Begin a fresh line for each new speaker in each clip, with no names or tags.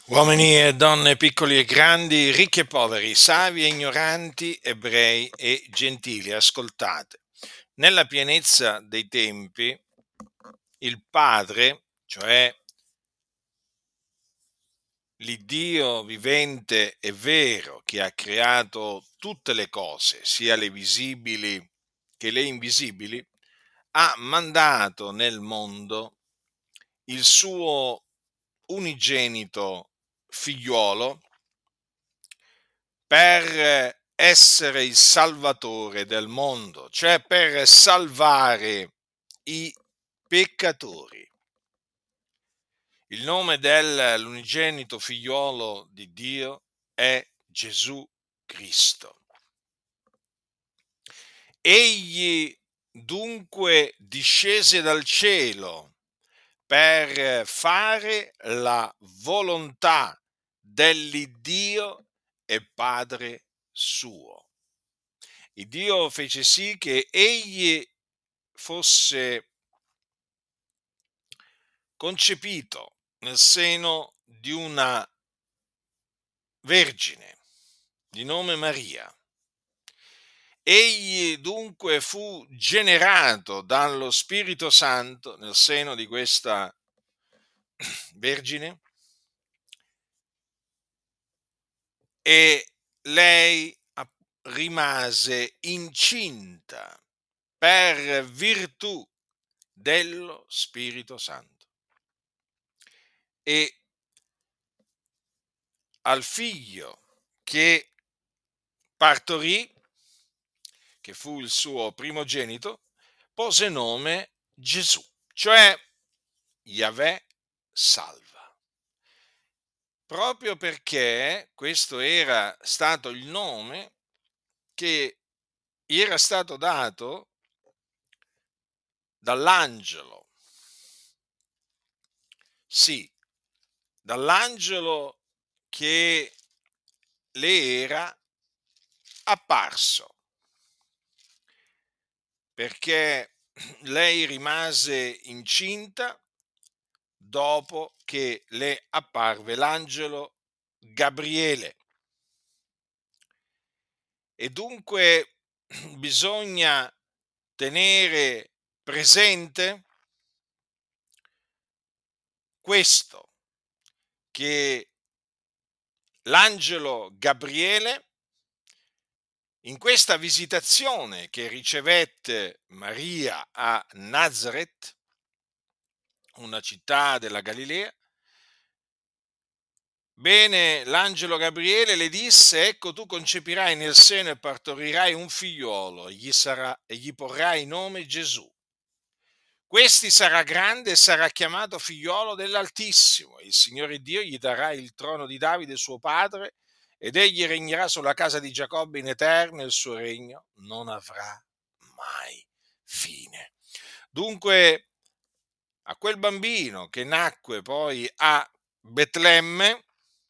Uomini e donne, piccoli e grandi, ricchi e poveri, savi e ignoranti, ebrei e gentili, ascoltate. Nella pienezza dei tempi, il Padre, cioè l'Iddio vivente e vero, che ha creato tutte le cose, sia le visibili che le invisibili, ha mandato nel mondo il suo unigenito figliuolo per essere il salvatore del mondo, cioè per salvare i peccatori. Il nome dell'unigenito figliuolo di Dio è Gesù Cristo. Egli dunque discese dal cielo per fare la volontà dell'Iddio e Padre suo. Il Dio fece sì che egli fosse concepito nel seno di una vergine di nome Maria. Egli dunque fu generato dallo Spirito Santo nel seno di questa vergine e lei rimase incinta per virtù dello Spirito Santo. E al figlio che partorì, che fu il suo primogenito, pose nome Gesù, cioè Yahweh salva. Proprio perché questo era stato il nome che gli era stato dato dall'angelo. Sì, dall'angelo che le era apparso, perché lei rimase incinta dopo che le apparve l'angelo Gabriele. E dunque bisogna tenere presente questo, che l'angelo Gabriele, in questa visitazione che ricevette Maria a Nazareth, una città della Galilea, bene, l'angelo Gabriele le disse: ecco, tu concepirai nel seno e partorirai un figliuolo, e gli porrai nome Gesù. Questi sarà grande e sarà chiamato figliolo dell'Altissimo. Il Signore Dio gli darà il trono di Davide suo padre, ed egli regnerà sulla casa di Giacobbe in eterno, e il suo regno non avrà mai fine. Dunque, a quel bambino che nacque poi a Betlemme,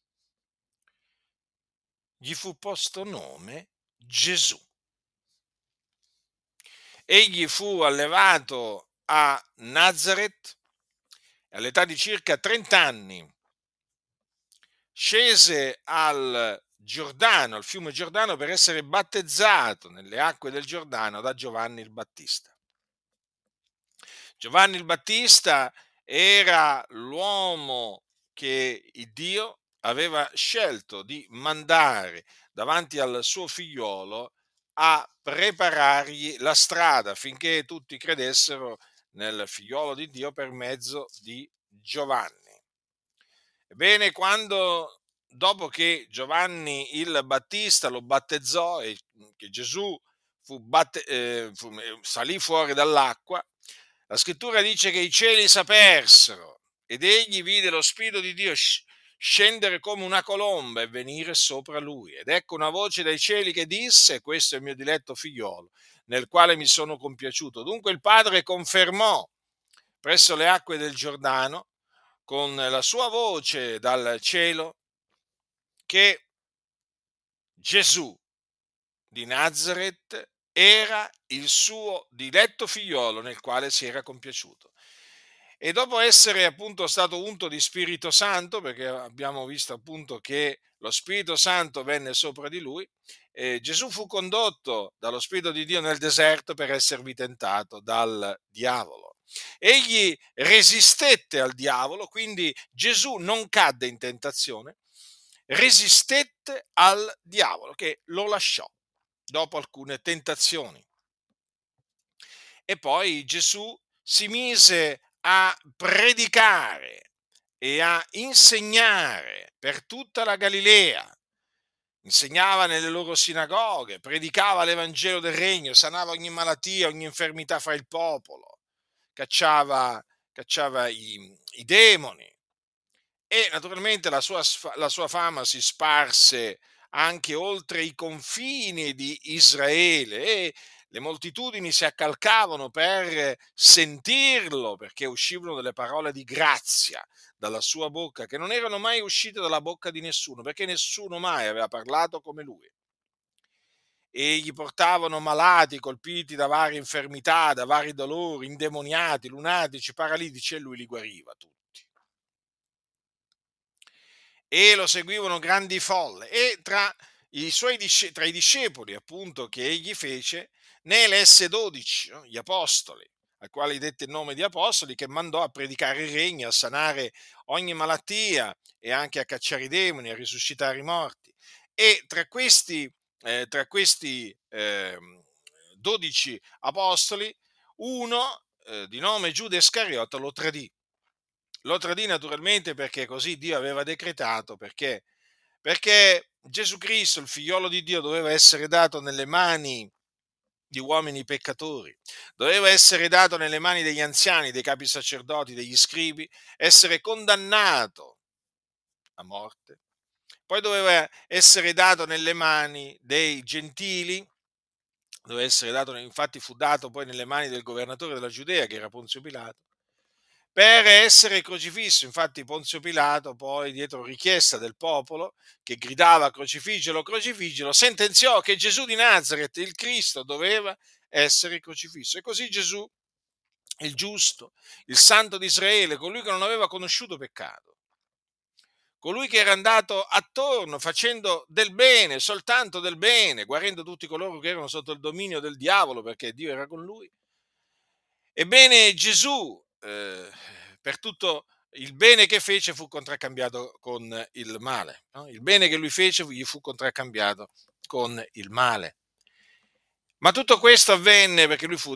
gli fu posto nome Gesù. Egli fu allevato a Nazareth all'età di circa 30 anni. Scese al Giordano, al fiume Giordano, per essere battezzato nelle acque del Giordano da Giovanni il Battista. Giovanni il Battista era l'uomo che il Dio aveva scelto di mandare davanti al suo figliolo a preparargli la strada affinché tutti credessero nel figliolo di Dio per mezzo di Giovanni. Ebbene, quando dopo che Giovanni il Battista lo battezzò e che Gesù salì fuori dall'acqua, la scrittura dice che i cieli s'apersero ed egli vide lo Spirito di Dio scendere come una colomba e venire sopra lui. Ed ecco una voce dai cieli che disse: questo è il mio diletto figliolo, nel quale mi sono compiaciuto. Dunque il Padre confermò presso le acque del Giordano, con la sua voce dal cielo, che Gesù di Nazareth era il suo diletto figliolo nel quale si era compiaciuto. E dopo essere appunto stato unto di Spirito Santo, perché abbiamo visto appunto che lo Spirito Santo venne sopra di lui, Gesù fu condotto dallo Spirito di Dio nel deserto per esservi tentato dal diavolo. Egli resistette al diavolo, quindi Gesù non cadde in tentazione, resistette al diavolo che lo lasciò dopo alcune tentazioni. E poi Gesù si mise a predicare e a insegnare per tutta la Galilea. Insegnava nelle loro sinagoghe, predicava l'Evangelo del Regno, sanava ogni malattia, ogni infermità fra il popolo, cacciava, cacciava i demoni. E naturalmente la sua fama si sparse anche oltre i confini di Israele e le moltitudini si accalcavano per sentirlo, perché uscivano delle parole di grazia dalla sua bocca, che non erano mai uscite dalla bocca di nessuno, perché nessuno mai aveva parlato come lui. E gli portavano malati, colpiti da varie infermità, da vari dolori, indemoniati, lunatici, paralitici, e lui li guariva tutti. E lo seguivano grandi folle, e tra i discepoli appunto che egli fece ne elesse 12, no? Gli apostoli, ai quali dette il nome di apostoli, che mandò a predicare il regno, a sanare ogni malattia e anche a cacciare i demoni, a risuscitare i morti. E tra questi 12 apostoli, uno di nome Giuda Iscariota lo tradì naturalmente perché così Dio aveva decretato, perché Gesù Cristo, il figliolo di Dio, doveva essere dato nelle mani di uomini peccatori, doveva essere dato nelle mani degli anziani, dei capi sacerdoti, degli scribi, essere condannato a morte, poi doveva essere dato nelle mani dei gentili, doveva essere dato, infatti fu dato poi nelle mani del governatore della Giudea, che era Ponzio Pilato, per essere crocifisso. Infatti Ponzio Pilato poi, dietro richiesta del popolo che gridava crocifiggelo, sentenziò che Gesù di Nazaret, il Cristo, doveva essere crocifisso. E così Gesù, il giusto, il santo di Israele, colui che non aveva conosciuto peccato, colui che era andato attorno facendo del bene, soltanto del bene, guarendo tutti coloro che erano sotto il dominio del diavolo, perché Dio era con lui. Ebbene, Gesù, per tutto il bene che fece, fu contraccambiato con il male, no? Il bene che lui fece gli fu contraccambiato con il male. Ma tutto questo avvenne perché lui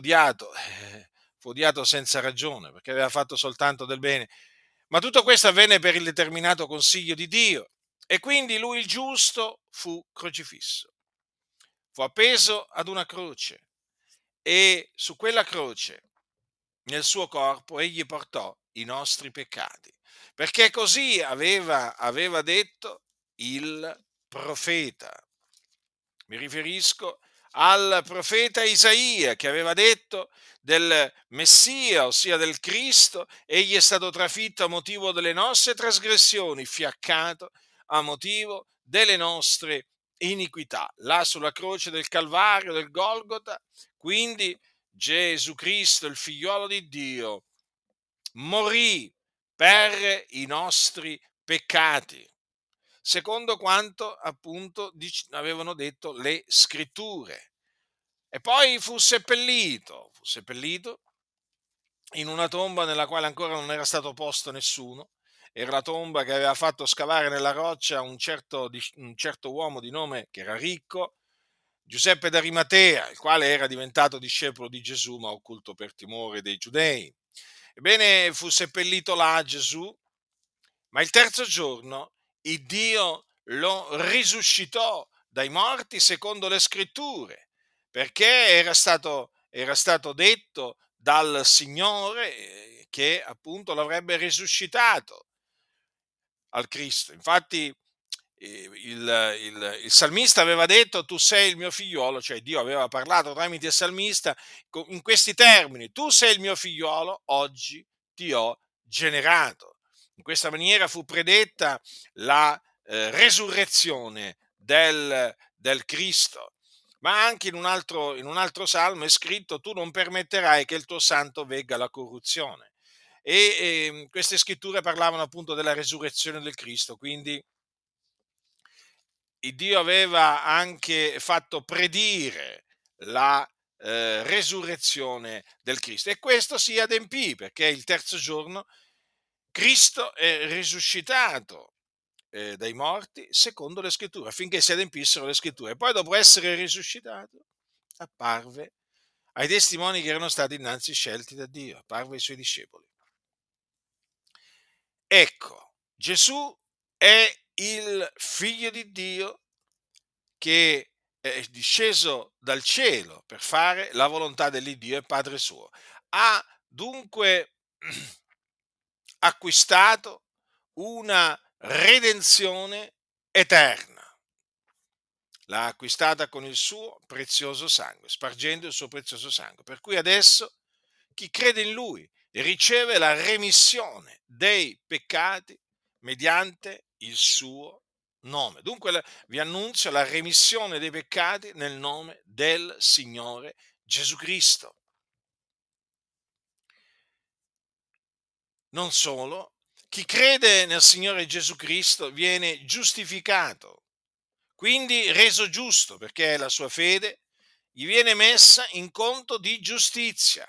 fu odiato senza ragione, perché aveva fatto soltanto del bene. Ma tutto questo avvenne per il determinato consiglio di Dio, e quindi lui, il giusto, fu crocifisso, fu appeso ad una croce, e su quella croce, nel suo corpo, egli portò i nostri peccati, perché così aveva detto il profeta. Mi riferisco al profeta Isaia, che aveva detto del Messia, ossia del Cristo: egli è stato trafitto a motivo delle nostre trasgressioni, fiaccato a motivo delle nostre iniquità. Là sulla croce del Calvario, del Golgota, quindi Gesù Cristo, il figliuolo di Dio, morì per i nostri peccati, secondo quanto appunto avevano detto le scritture. E poi fu seppellito in una tomba nella quale ancora non era stato posto nessuno. Era la tomba che aveva fatto scavare nella roccia un certo uomo di nome, che era ricco, Giuseppe d'Arimatea, il quale era diventato discepolo di Gesù, ma occulto per timore dei giudei. Ebbene, fu seppellito là Gesù, ma il terzo giorno il Dio lo risuscitò dai morti secondo le scritture, perché era stato detto dal Signore che appunto l'avrebbe risuscitato al Cristo. Infatti il salmista aveva detto: tu sei il mio figliolo, cioè Dio aveva parlato tramite il salmista in questi termini: tu sei il mio figliolo, oggi ti ho generato. In questa maniera fu predetta la resurrezione del Cristo. Ma anche in un altro salmo è scritto: tu non permetterai che il tuo santo vegga la corruzione. queste scritture parlavano appunto della resurrezione del Cristo, quindi il Dio aveva anche fatto predire la resurrezione del Cristo, e questo si adempì perché il terzo giorno Cristo è risuscitato dai morti secondo le scritture, affinché si adempissero le scritture. Poi, dopo essere risuscitato, apparve ai testimoni che erano stati innanzi scelti da Dio, apparve ai suoi discepoli. Ecco, Gesù è il figlio di Dio che è disceso dal cielo per fare la volontà dell'Iddio e Padre suo. Ha dunque acquistato una redenzione eterna. L'ha acquistata con il suo prezioso sangue, spargendo il suo prezioso sangue. Per cui adesso chi crede in lui riceve la remissione dei peccati mediante il suo nome. Dunque vi annuncio la remissione dei peccati nel nome del Signore Gesù Cristo. Non solo, chi crede nel Signore Gesù Cristo viene giustificato, quindi reso giusto, perché la sua fede gli viene messa in conto di giustizia,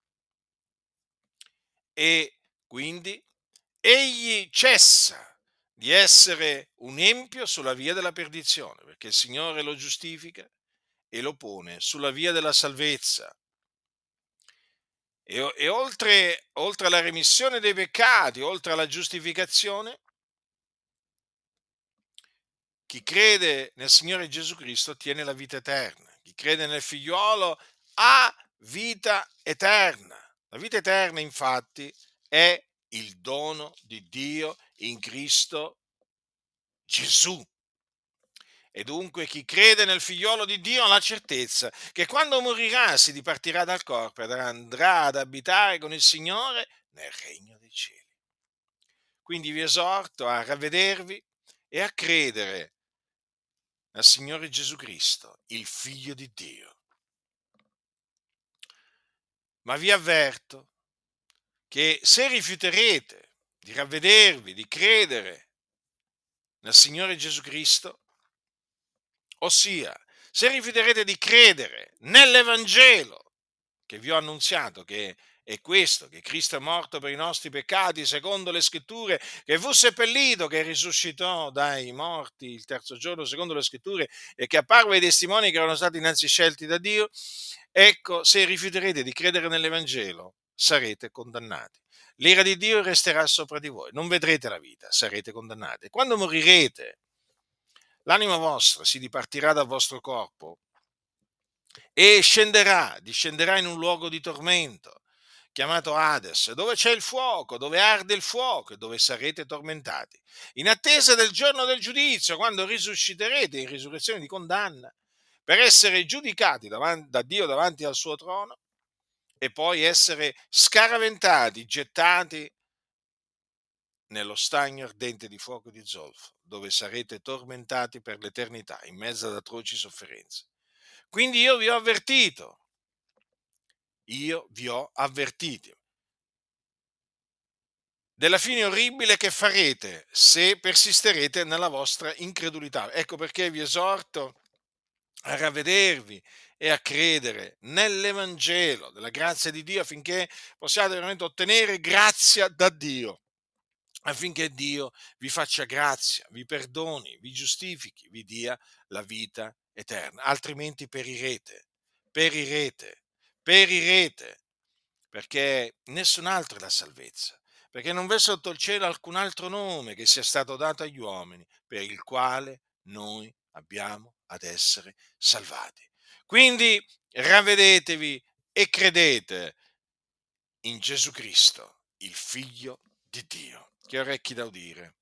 e quindi egli cessa di essere un empio sulla via della perdizione, perché il Signore lo giustifica e lo pone sulla via della salvezza. E oltre alla remissione dei peccati, oltre alla giustificazione, chi crede nel Signore Gesù Cristo ottiene la vita eterna. Chi crede nel figliuolo ha vita eterna. La vita eterna, infatti, è il dono di Dio in Cristo Gesù. E dunque chi crede nel figliolo di Dio ha la certezza che quando morirà si dipartirà dal corpo ed andrà ad abitare con il Signore nel regno dei cieli. Quindi vi esorto a ravvedervi e a credere nel Signore Gesù Cristo, il Figlio di Dio. Ma vi avverto che se rifiuterete di ravvedervi, di credere nel Signore Gesù Cristo, ossia se rifiuterete di credere nell'Evangelo che vi ho annunziato, che è questo, che Cristo è morto per i nostri peccati secondo le scritture, che fu seppellito, che risuscitò dai morti il terzo giorno secondo le scritture e che apparve ai testimoni che erano stati innanzi scelti da Dio, ecco, se rifiuterete di credere nell'Evangelo sarete condannati. L'ira di Dio resterà sopra di voi, non vedrete la vita, sarete condannati. Quando morirete, l'anima vostra si dipartirà dal vostro corpo e discenderà in un luogo di tormento, chiamato Hades, dove c'è il fuoco, dove arde il fuoco e dove sarete tormentati, in attesa del giorno del giudizio, quando risusciterete in risurrezione di condanna, per essere giudicati da Dio davanti al suo trono e poi essere scaraventati, gettati nello stagno ardente di fuoco e di zolfo, dove sarete tormentati per l'eternità in mezzo ad atroci sofferenze. Quindi io vi ho avvertiti della fine orribile che farete se persisterete nella vostra incredulità. Ecco perché vi esorto a ravvedervi e a credere nell'Evangelo della grazia di Dio, affinché possiate veramente ottenere grazia da Dio, affinché Dio vi faccia grazia, vi perdoni, vi giustifichi, vi dia la vita eterna. Altrimenti perirete, perirete, perché nessun altro è la salvezza, perché non v'è sotto il cielo alcun altro nome che sia stato dato agli uomini per il quale noi abbiamo ad essere salvati. Quindi ravvedetevi e credete in Gesù Cristo, il Figlio di Dio. Chi ha orecchi da udire,